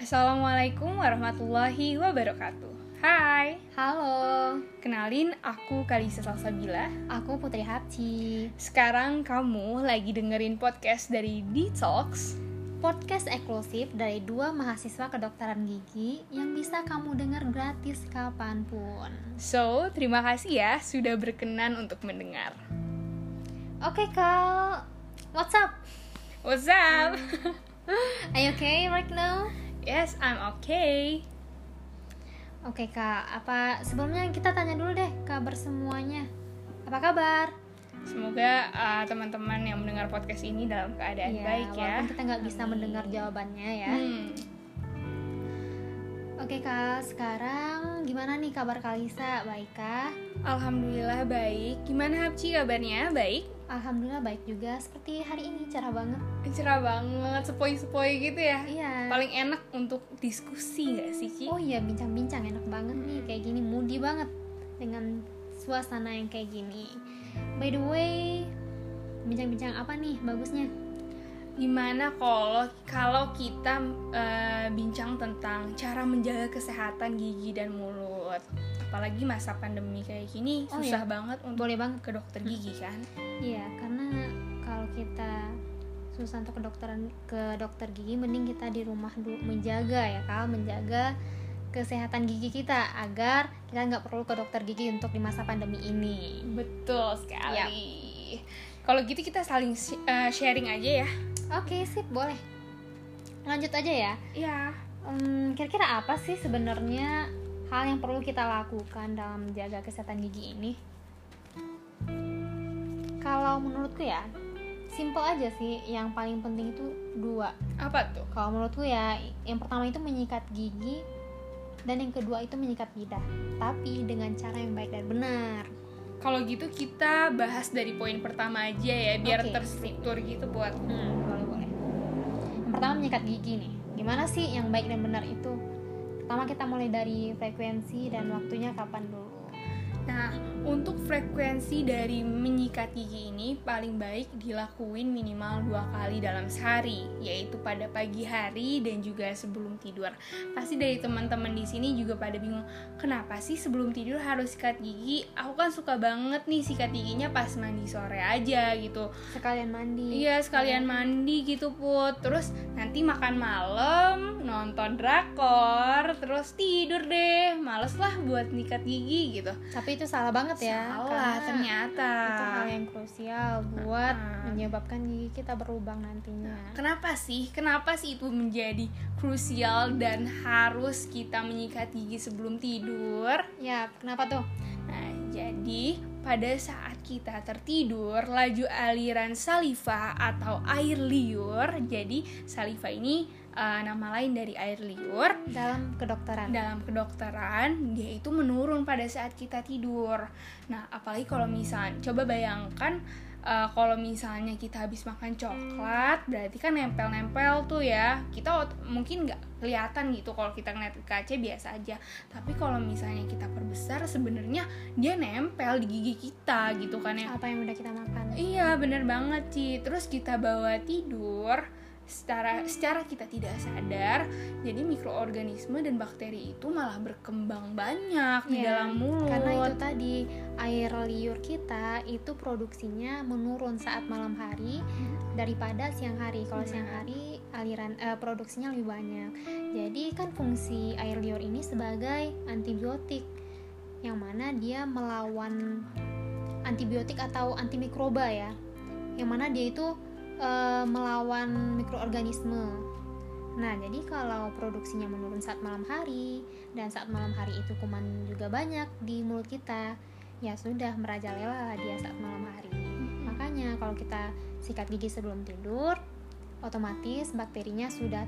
Assalamualaikum warahmatullahi wabarakatuh. Hai, Halo, kenalin aku Kalisa Salsabila. aku Putri Hapci. Sekarang kamu lagi dengerin podcast dari Detox. Podcast eksklusif dari dua mahasiswa kedokteran gigi yang bisa kamu dengar gratis kapanpun. So, terima kasih ya sudah berkenan untuk mendengar. Oke Kal, what's up? What's up? Are you okay right now? Yes, I'm okay. Oke Kak, sebelumnya kita tanya dulu deh kabar semuanya. Apa kabar? Semoga teman-teman yang mendengar podcast ini dalam keadaan baik ya. Walaupun kita nggak bisa mendengar jawabannya ya. Oke Kak, sekarang gimana nih kabar Kalisa? Baik kah? Alhamdulillah baik. Gimana Hapci kabarnya? Baik? Alhamdulillah baik juga. Seperti hari ini cerah banget. Cerah banget, sepoi-sepoi gitu ya. Iya. Paling enak untuk diskusi gak sih, Ci? Oh iya, bincang-bincang enak banget nih. Kayak gini, moody banget dengan suasana yang kayak gini. By the way, bincang-bincang apa nih bagusnya? Gimana kalau kita bincang tentang cara menjaga kesehatan gigi dan mulut? Apalagi masa pandemi kayak gini, susah banget untuk Boleh banget. ke dokter gigi kan? Iya, karena kalau kita susah untuk ke dokter gigi, mending kita di rumah dulu menjaga kesehatan gigi kita agar kita nggak perlu ke dokter gigi untuk di masa pandemi ini. Betul sekali. Kalau gitu kita saling sharing aja ya. Oke, sip, boleh. Lanjut aja ya. Iya. Kira-kira apa sih sebenarnya hal yang perlu kita lakukan dalam menjaga kesehatan gigi ini? Kalau menurutku ya, simple aja sih. Yang paling penting itu 2. Apa tuh? Kalau menurutku ya, yang pertama itu menyikat gigi, dan yang kedua itu menyikat lidah, tapi dengan cara yang baik dan benar. Kalau gitu kita bahas dari poin pertama aja ya, biar Oke, terstruktur gitu buat. Boleh. Yang pertama menyikat gigi nih. Gimana sih yang baik dan benar itu? Pertama kita mulai dari frekuensi dan waktunya kapan dulu. Nah, untuk frekuensi dari menyikat gigi ini paling baik dilakuin minimal 2 kali dalam sehari, yaitu pada pagi hari dan juga sebelum tidur. Pasti dari teman-teman di sini juga pada bingung, kenapa sih sebelum tidur harus sikat gigi? Aku kan suka banget nih sikat giginya pas mandi sore aja gitu. Sekalian mandi. Iya, sekalian mandi gitu Put. Terus nanti makan malam, nonton drakor, terus tidur deh. Males lah buat nyikat gigi gitu. Tapi itu salah banget ya. Salah karena ternyata. itu hal yang krusial buat menyebabkan gigi kita berlubang nantinya. Kenapa sih itu menjadi krusial dan harus kita menyikat gigi sebelum tidur? Ya, kenapa tuh? Nah, jadi pada saat kita tertidur, laju aliran saliva atau air liur. Jadi saliva ini nama lain dari air liur. Dalam kedokteran dia itu menurun pada saat kita tidur. Nah, apalagi kalau misalnya, coba bayangkan kalau misalnya kita habis makan coklat, berarti kan nempel-nempel tuh ya. Kita mungkin nggak kelihatan gitu kalau kita ngeliat ke kaca biasa aja. Tapi kalau misalnya kita perbesar, sebenarnya dia nempel di gigi kita gitu kan ya. apa yang udah kita makan. Iya, bener banget Ci. Terus kita bawa tidur, secara kita tidak sadar, jadi mikroorganisme dan bakteri itu malah berkembang banyak di dalam mulut. Karena itu tadi, air liur kita itu produksinya menurun saat malam hari daripada siang hari. Kalau siang hari produksinya lebih banyak. Jadi kan fungsi air liur ini sebagai antibiotik, yang mana dia melawan antibiotik atau antimikroba ya, yang mana dia itu melawan mikroorganisme. Nah, jadi kalau produksinya menurun saat malam hari, dan saat malam hari itu kuman juga banyak di mulut kita, ya sudah merajalela lah dia saat malam hari. Makanya kalau kita sikat gigi sebelum tidur, otomatis bakterinya sudah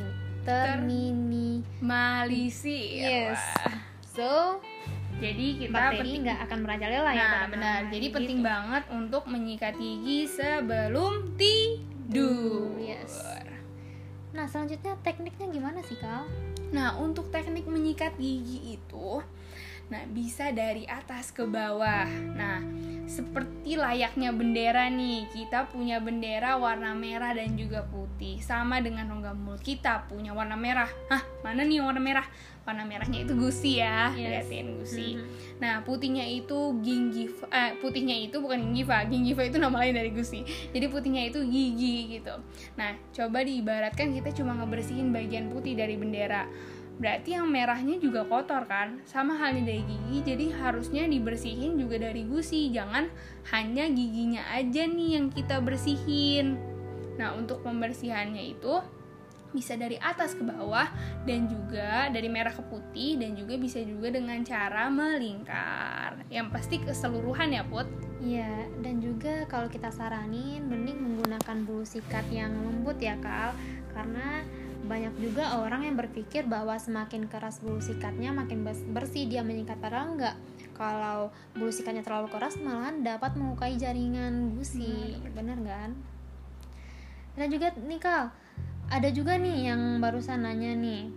terminimalisir. Yes. So, jadi kita bakteri nggak akan merajalela ya. Nah, benar. Jadi penting banget untuk menyikat gigi sebelum tidur. Yes. Nah, selanjutnya tekniknya gimana sih, Kal? Nah, untuk teknik menyikat gigi itu Nah, bisa dari atas ke bawah. Nah, seperti layaknya bendera nih, kita punya bendera warna merah dan juga putih. Sama dengan rongga mulut kita punya warna merah. Hah, mana nih warna merah? Warna merahnya itu gusi ya, liatin gusi. Nah, putihnya itu putihnya itu bukan gingiva. Gingiva itu nama lain dari gusi. Jadi putihnya itu gigi gitu. Nah, coba diibaratkan kita cuma ngebersihin bagian putih dari bendera. Berarti yang merahnya juga kotor kan? Sama halnya dari gigi, jadi harusnya dibersihin juga dari gusi. Jangan hanya giginya aja nih yang kita bersihin. Nah, untuk pembersihannya itu bisa dari atas ke bawah dan juga dari merah ke putih, dan juga bisa juga dengan cara melingkar. Yang pasti keseluruhan ya, Put. Iya, dan juga kalau kita saranin mending menggunakan bulu sikat yang lembut ya, Kal. Karena banyak juga orang yang berpikir bahwa semakin keras bulu sikatnya makin bersih dia menyikat, padahal enggak. Kalau bulu sikatnya terlalu keras malahan dapat melukai jaringan gusi. Bener kan? Dan juga nih, Kal, ada juga nih yang barusan nanya nih,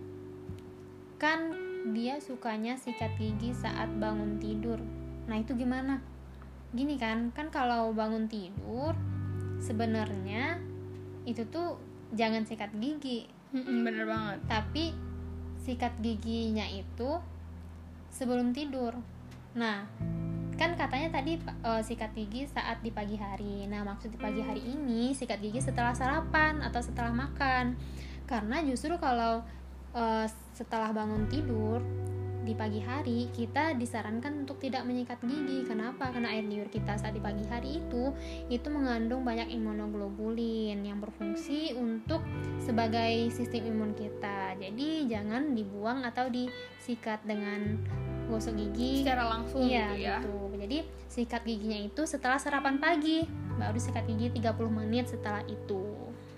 kan dia sukanya sikat gigi saat bangun tidur. Nah, itu gimana? Gini kan kalau bangun tidur sebenarnya itu tuh jangan sikat gigi. Bener banget. Tapi sikat giginya itu sebelum tidur. Nah, kan katanya tadi sikat gigi saat di pagi hari. Nah, maksud di pagi hari ini sikat gigi setelah sarapan atau setelah makan. Karena justru kalau setelah bangun tidur di pagi hari kita disarankan untuk tidak menyikat gigi. Kenapa? Karena air liur kita saat di pagi hari itu mengandung banyak imunoglobulin yang berfungsi untuk sebagai sistem imun kita. Jadi jangan dibuang atau disikat dengan gosok gigi secara langsung gitu ya. Gitu. Jadi sikat giginya itu setelah sarapan pagi, baru sikat gigi 30 menit setelah itu.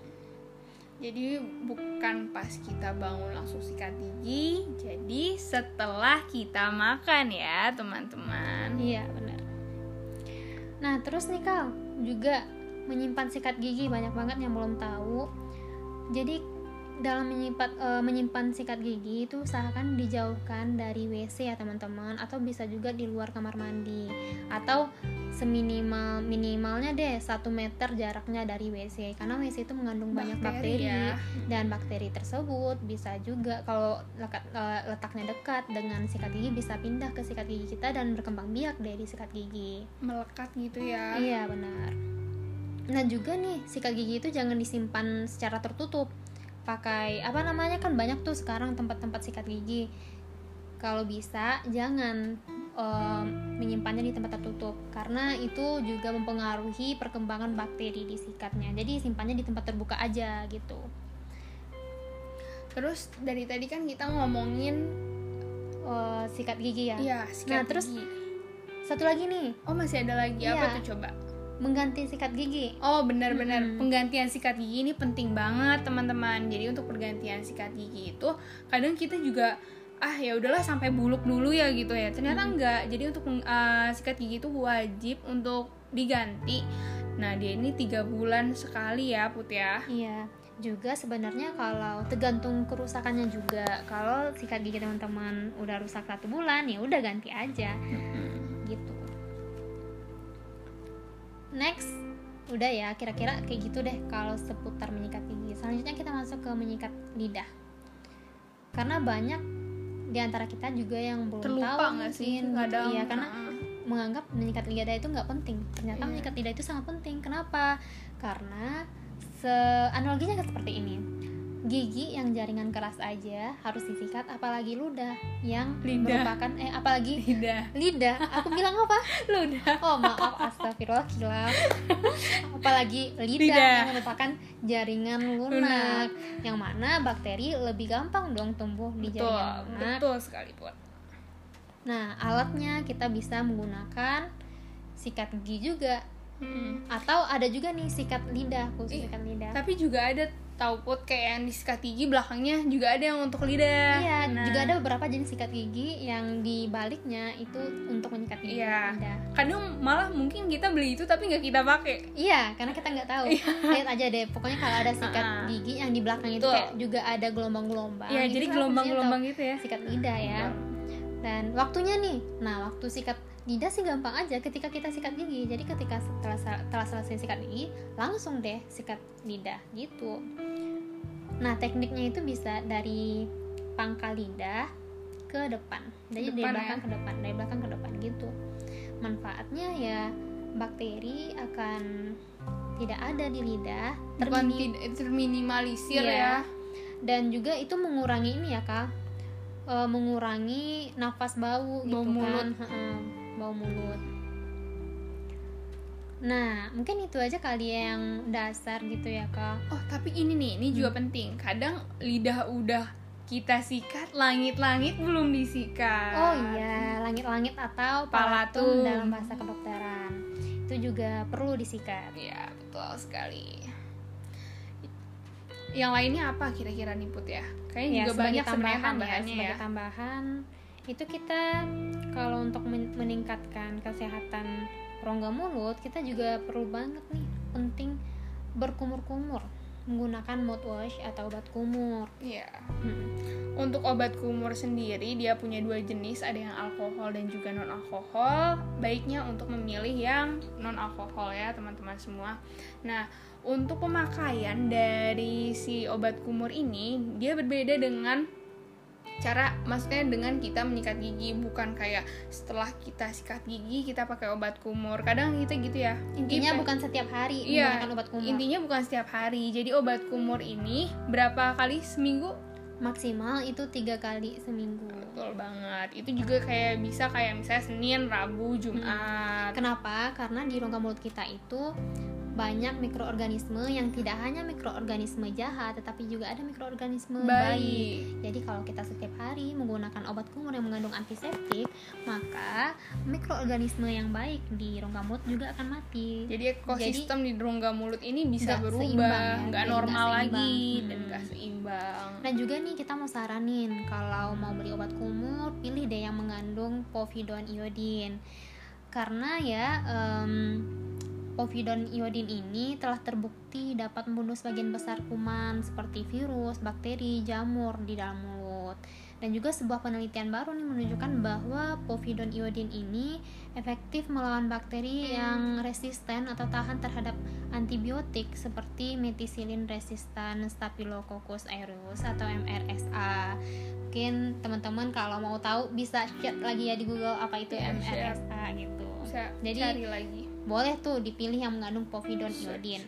Jadi bukan pas kita bangun langsung sikat gigi, jadi setelah kita makan ya, teman-teman. Iya, benar. Nah, terus nih, Kal, juga menyimpan sikat gigi, banyak banget yang belum tahu. Jadi dalam menyimpan sikat gigi itu usahakan dijauhkan dari WC ya, teman-teman, atau bisa juga di luar kamar mandi, atau minimalnya deh 1 meter jaraknya dari WC, karena WC itu mengandung banyak bakteri ya. Dan bakteri tersebut bisa juga kalau letaknya dekat dengan sikat gigi bisa pindah ke sikat gigi kita dan berkembang biak deh di sikat gigi, melekat gitu ya. Iya, benar. Nah, juga nih sikat gigi itu jangan disimpan secara tertutup, pakai kan banyak tuh sekarang tempat-tempat sikat gigi. Kalau bisa jangan menyimpannya di tempat tertutup, karena itu juga mempengaruhi perkembangan bakteri di sikatnya. Jadi simpannya di tempat terbuka aja gitu. Terus dari tadi kan kita ngomongin sikat gigi ya. Iya, sikat gigi. Terus satu lagi nih. Oh, masih ada lagi. Apa tuh coba? Mengganti sikat gigi. Oh, benar-benar. Penggantian sikat gigi ini penting banget, teman-teman. Jadi untuk pergantian sikat gigi itu kadang kita juga ya udahlah sampai buluk dulu ya gitu ya. Ternyata enggak. Jadi untuk sikat gigi itu wajib untuk diganti. Nah, dia ini 3 bulan sekali ya, Put ya. Iya. Juga sebenarnya kalau tergantung kerusakannya juga. Kalau sikat gigi teman-teman udah rusak 1 bulan, ya udah ganti aja. Gitu. Next, udah ya, kira-kira kayak gitu deh kalau seputar menyikat gigi. Selanjutnya kita masuk ke menyikat lidah. Karena banyak di antara kita juga yang belum terlupa tahu nggak sih kadang. Iya, karena menganggap menyikat lidah itu nggak penting. Ternyata menyikat lidah itu sangat penting. Kenapa? Karena analoginya seperti ini. Gigi yang jaringan keras aja harus disikat, apalagi ludah yang merupakan apalagi lidah. Aku bilang apa? Ludah. Oh, maaf, astagfirullah, kilaf. Apalagi lidah yang merupakan jaringan lunak, yang mana bakteri lebih gampang dong tumbuh di jaringan lunak. Betul sekali, Put. Nah, alatnya kita bisa menggunakan sikat gigi juga. Atau ada juga nih sikat lidah, khusus sikat lidah. Tapi juga ada tahu, Put, kayak yang disikat gigi belakangnya juga ada yang untuk lidah. Iya, juga ada beberapa jenis sikat gigi yang di baliknya itu untuk menyikat gigi. Iya. Kadang malah mungkin kita beli itu tapi nggak kita pakai. Iya, karena kita nggak tahu. Lihat aja deh, pokoknya kalau ada sikat gigi yang di belakang itu kayak juga ada gelombang-gelombang. Iya, jadi gelombang-gelombang gitu ya. Sikat lidah ya. Dan waktunya nih, nah waktu sikat lidah sih gampang aja ketika kita sikat gigi. Jadi ketika setelah selesai sikat gigi, langsung deh sikat lidah gitu. Nah tekniknya itu bisa dari pangkal lidah ke depan. Jadi dari belakang ke depan, dari belakang ke depan gitu. Manfaatnya ya bakteri akan tidak ada di lidah, terminimalisir ya. Dan juga itu mengurangi ini ya Kak, mengurangi nafas bau gitu mulut. kan, bau mulut. Nah mungkin itu aja kali yang dasar gitu ya Kak. Oh tapi ini juga penting. Kadang lidah udah kita sikat, langit-langit belum disikat. Oh iya, langit-langit atau palatum dalam bahasa kedokteran itu juga perlu disikat. Ya betul sekali. Yang lainnya apa kira-kira nih Put ya? Kayaknya juga banyak sebenarnya tambahannya ya. Sebagai tambahan itu kita kalau untuk meningkatkan kesehatan rongga mulut, kita juga perlu banget nih, penting berkumur-kumur menggunakan mouthwash atau obat kumur. Iya. Untuk obat kumur sendiri dia punya 2 jenis, ada yang alkohol dan juga non alkohol. Baiknya untuk memilih yang non alkohol ya teman-teman semua. Nah, untuk pemakaian dari si obat kumur ini dia berbeda dengan maksudnya dengan kita menyikat gigi, bukan kayak setelah kita sikat gigi kita pakai obat kumur. Kadang kita gitu ya. Intinya bukan setiap hari menggunakan obat kumur. Intinya bukan setiap hari. Jadi obat kumur ini berapa kali seminggu? Maksimal itu 3 kali seminggu. Betul banget. Itu juga kayak bisa kayak misalnya Senin, Rabu, Jumat. Kenapa? Karena di rongga mulut kita itu banyak mikroorganisme yang tidak hanya mikroorganisme jahat, tetapi juga ada mikroorganisme baik. Jadi kalau kita setiap hari menggunakan obat kumur yang mengandung antiseptik, maka mikroorganisme yang baik di rongga mulut juga akan mati. Jadi ekosistem di rongga mulut ini bisa berubah, nggak normal lagi dan nggak seimbang. Nah juga nih kita mau saranin, kalau mau beli obat kumur, pilih deh yang mengandung povidone iodine. Karena ya povidone iodine ini telah terbukti dapat membunuh sebagian besar kuman seperti virus, bakteri, jamur di dalam mulut. Dan juga sebuah penelitian baru nih menunjukkan bahwa povidone iodine ini efektif melawan bakteri yang resisten atau tahan terhadap antibiotik seperti methicillin resistant Staphylococcus aureus atau MRSA. Mungkin teman-teman kalau mau tahu bisa chat lagi ya di Google apa itu MRSA gitu. Bisa jadi cari lagi. Boleh tuh dipilih yang mengandung povidone iodine.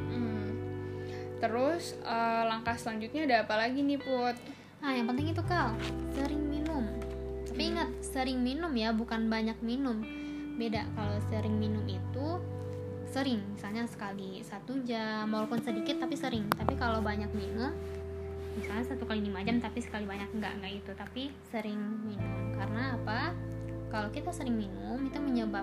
Terus langkah selanjutnya ada apa lagi nih Put? Nah yang penting itu Kal, sering minum. Tapi ingat, sering minum ya, bukan banyak minum. Beda, kalau sering minum itu sering, misalnya sekali 1 jam, walaupun sedikit tapi sering. Tapi kalau banyak minum, misalnya 1 kali 5 jam tapi sekali banyak, enggak itu. Tapi sering minum, karena apa? Kalau kita sering minum itu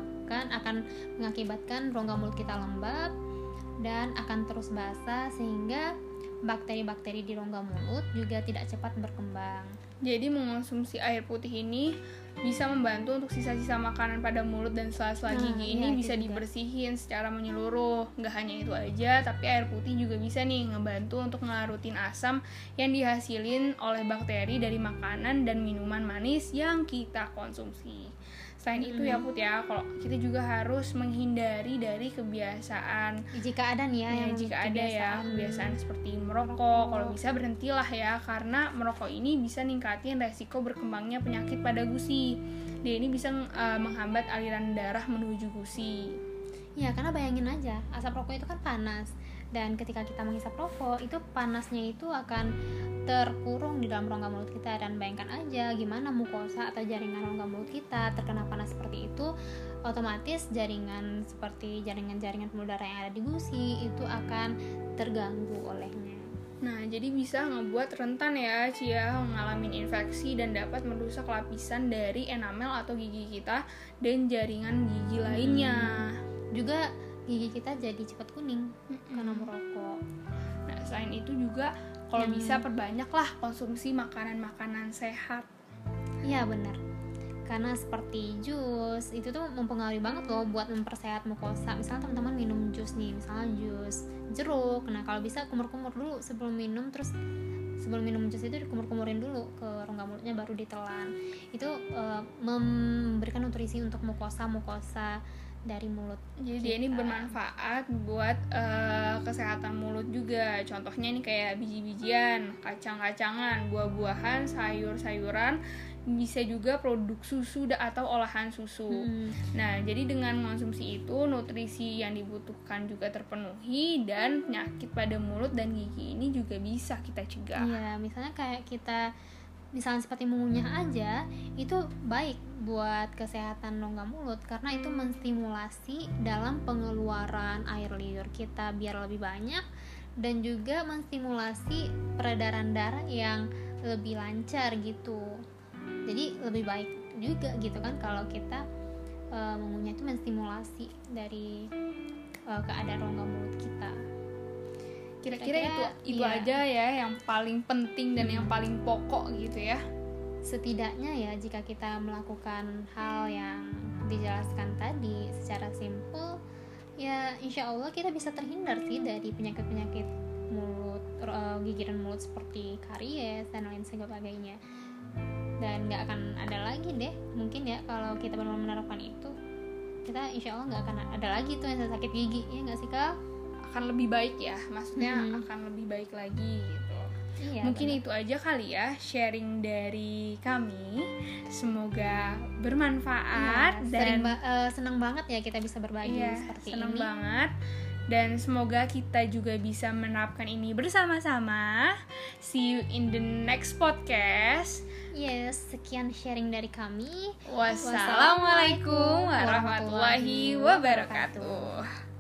akan mengakibatkan rongga mulut kita lembab dan akan terus basah, sehingga bakteri-bakteri di rongga mulut juga tidak cepat berkembang. Jadi mengonsumsi air putih ini bisa membantu untuk sisa-sisa makanan pada mulut dan sela-sela gigi ini bisa dibersihin secara menyeluruh. Nggak hanya itu aja, tapi air putih juga bisa nih ngebantu untuk ngelarutin asam yang dihasilin oleh bakteri dari makanan dan minuman manis yang kita konsumsi. Selain itu ya Put ya, kalau kita juga harus menghindari dari kebiasaan, jika ada nih ya, kebiasaan seperti merokok. Kalau bisa berhentilah ya, karena merokok ini bisa ningkatin resiko berkembangnya penyakit pada gusi. Dia ini bisa menghambat aliran darah menuju gusi. Ya, karena bayangin aja, asap rokok itu kan panas. Dan ketika kita menghisap rokok, itu panasnya itu akan terkurung di dalam rongga mulut kita. Dan bayangkan aja gimana mukosa atau jaringan rongga mulut kita terkena panas seperti itu, otomatis jaringan pembuluh darah yang ada di gusi itu akan terganggu olehnya. Nah, jadi bisa ngebuat rentan ya Cia ngalamin infeksi dan dapat merusak lapisan dari enamel atau gigi kita dan jaringan gigi lainnya. Juga gigi kita jadi cepat kuning karena merokok. Nah, selain itu juga kalau bisa perbanyaklah konsumsi makanan-makanan sehat. Iya benar. Karena seperti jus itu tuh mempengaruhi banget loh buat mempersehat mukosa. Misalnya teman-teman minum jus nih, misalnya jus jeruk. Nah, kalau bisa kumur-kumur dulu sebelum minum, terus sebelum minum jus itu dikumur-kumurin dulu ke rongga mulutnya baru ditelan. Itu memberikan nutrisi untuk mukosa dari mulut. Jadi ini bermanfaat buat kesehatan mulut juga. Contohnya ini kayak biji-bijian, kacang-kacangan, buah-buahan, sayur-sayuran, bisa juga produk susu atau olahan susu. Nah, jadi dengan konsumsi itu nutrisi yang dibutuhkan juga terpenuhi dan penyakit pada mulut dan gigi ini juga bisa kita cegah. Iya, misalnya kayak kita seperti mengunyah aja itu baik buat kesehatan rongga mulut karena itu menstimulasi dalam pengeluaran air liur kita biar lebih banyak dan juga menstimulasi peredaran darah yang lebih lancar gitu. Jadi lebih baik juga gitu kan kalau kita mengunyah itu menstimulasi dari keadaan rongga mulut kita. Kira-kira itu aja ya yang paling penting dan yang paling pokok gitu ya. Setidaknya ya jika kita melakukan hal yang dijelaskan tadi secara simpel, ya insya Allah kita bisa terhindar sih dari penyakit-penyakit mulut, gigi dan mulut seperti karies dan lain sebagainya. Dan nggak akan ada lagi deh mungkin ya kalau kita benar-benar menerapkan itu, kita insya Allah nggak akan ada lagi tuh yang sakit gigi, ya nggak sih Kak? Akan lebih baik ya, maksudnya akan lebih baik lagi gitu. Iya, mungkin benar. Itu aja kali ya sharing dari kami, semoga bermanfaat. Dan senang banget ya kita bisa berbagi seperti senang ini. Banget. Dan semoga kita juga bisa menerapkan ini bersama-sama. See you in the next podcast. Yes, sekian sharing dari kami. Wassalamualaikum warahmatullahi wabarakatuh.